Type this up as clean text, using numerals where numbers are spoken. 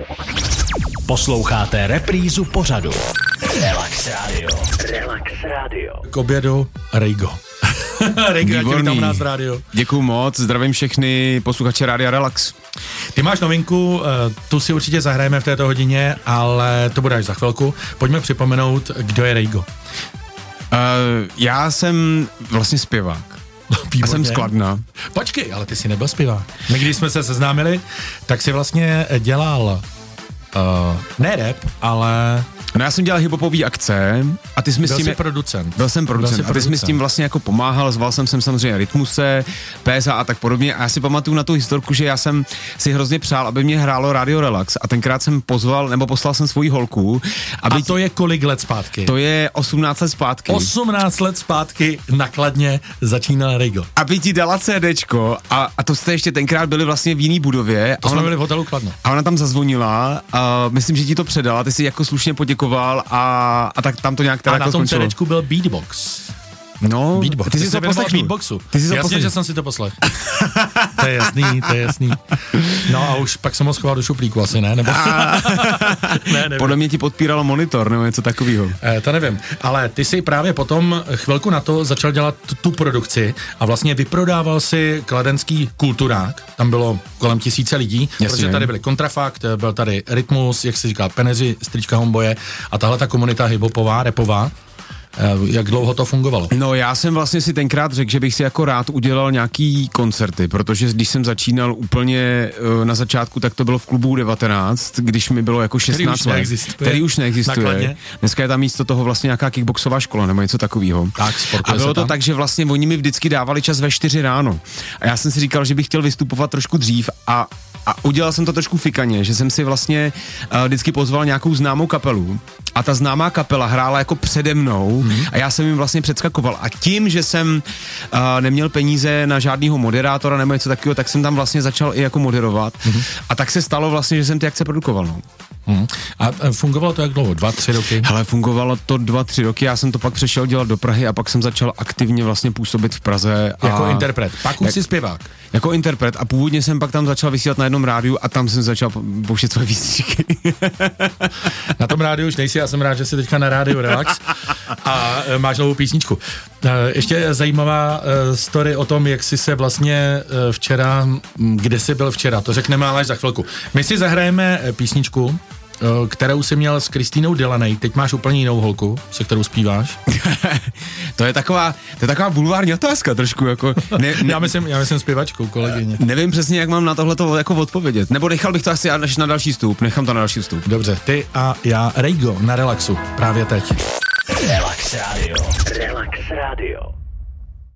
Posloucháte reprízu pořadu Relax Radio. Relax Radio. K obědu Rejgo. Rejgo, jak vítám nás rádio. Děkuju moc, zdravím všechny posluchače Rádia Relax. Ty máš novinku, tu si určitě zahrajeme v této hodině, ale to bude až za chvilku. Pojďme připomenout, kdo je Rejgo. Já jsem vlastně zpěvák. Já jsem z Kladna. Počkej, ale ty jsi nebyl zpěvák. My když jsme se seznámili, tak si vlastně dělal ne rap, ale... No já jsem dělal hiphopový akce a ty jsi mi s tím... Byl jsem producent. A ty jsi mi s tím vlastně jako pomáhal, zval jsem samozřejmě Rytmuse, PSA a tak podobně a já si pamatuju na tu historku, že já jsem si hrozně přál, aby mě hrálo Radio Relax a tenkrát jsem pozval, nebo poslal jsem svoji holku. Aby a to je kolik let zpátky? To je 18 let zpátky. 18 let zpátky na Kladně začínal Rejgo. Aby ti dala CDčko a to jste ještě tenkrát byli vlastně v jiný budově. To jsme byli v hotelu Kladno. A ona tam zazvonila a myslím, že ti to předala, ty si jako slušně poděkoval a tak tam to nějak teda jako skončilo. A na tom CDčku byl beatbox. No, beatbox. Ty jsi to poslechl. Beatboxu. Jasně, že jsem si to poslechl. To je jasný. No a už pak jsem ho schoval do šuplíku asi, ne? Nebo... ne, podle mě ti podpíralo monitor nebo něco takového. To nevím, ale ty jsi právě potom chvilku na to začal dělat tu produkci a vlastně vyprodával si kladenský kulturák. Tam bylo kolem 1000 lidí, protože tady byli Kontrafakt, byl tady Rytmus, jak se říká, Peneři, Strička Homboje a tahle ta komunita hiphopová, rapová. Jak dlouho to fungovalo? No já jsem vlastně si tenkrát řekl, že bych si jako rád udělal nějaký koncerty, protože když jsem začínal úplně na začátku, tak to bylo v klubu 19, když mi bylo jako 16 let. Který už neexistuje. Dneska je tam místo toho vlastně nějaká kickboxová škola nebo něco takového. A bylo to tak, že vlastně oni mi vždycky dávali čas ve 4 ráno. A já jsem si říkal, že bych chtěl vystupovat trošku dřív a udělal jsem to trošku fikaně, že jsem si vlastně vždycky pozval nějakou známou kapelu a ta známá kapela hrála jako přede mnou a já jsem jim vlastně předskakoval a tím, že jsem neměl peníze na žádného moderátora nebo něco takového, tak jsem tam vlastně začal i jako moderovat a tak se stalo vlastně, že jsem ty akce produkoval. No. A fungovalo to jak dlouho? 2-3 roky? Hele, fungovalo to 2-3 roky, já jsem to pak přešel dělat do Prahy a pak jsem začal aktivně vlastně působit v Praze. Jako interpret, pak už jsi zpěvák. Jako interpret a původně jsem pak tam začal vysílat na jednom rádiu a tam jsem začal pouštět své písničky. Na tom rádiu už nejsi, já jsem rád, že jsi teďka na rádiu Relax a máš novou písničku. Ještě zajímavá story o tom, jak jsi se vlastně včera, kde jsi byl včera, to řekneme ale až za chvilku. My si zahrajeme písničku, kterou jsi měl s Kristýnou Dylanej, teď máš úplně jinou holku, se kterou zpíváš. To je taková bulvární otázka trošku, jako... Já myslím zpěvačkou, kolegyně. Nevím přesně, jak mám na tohleto jako odpovědět, nebo nechal bych to asi až na další vstup, nechám to na další vstup. Dobře, ty a já, Rejgo na Relaxu, právě teď. Relax Radio. Relax Radio.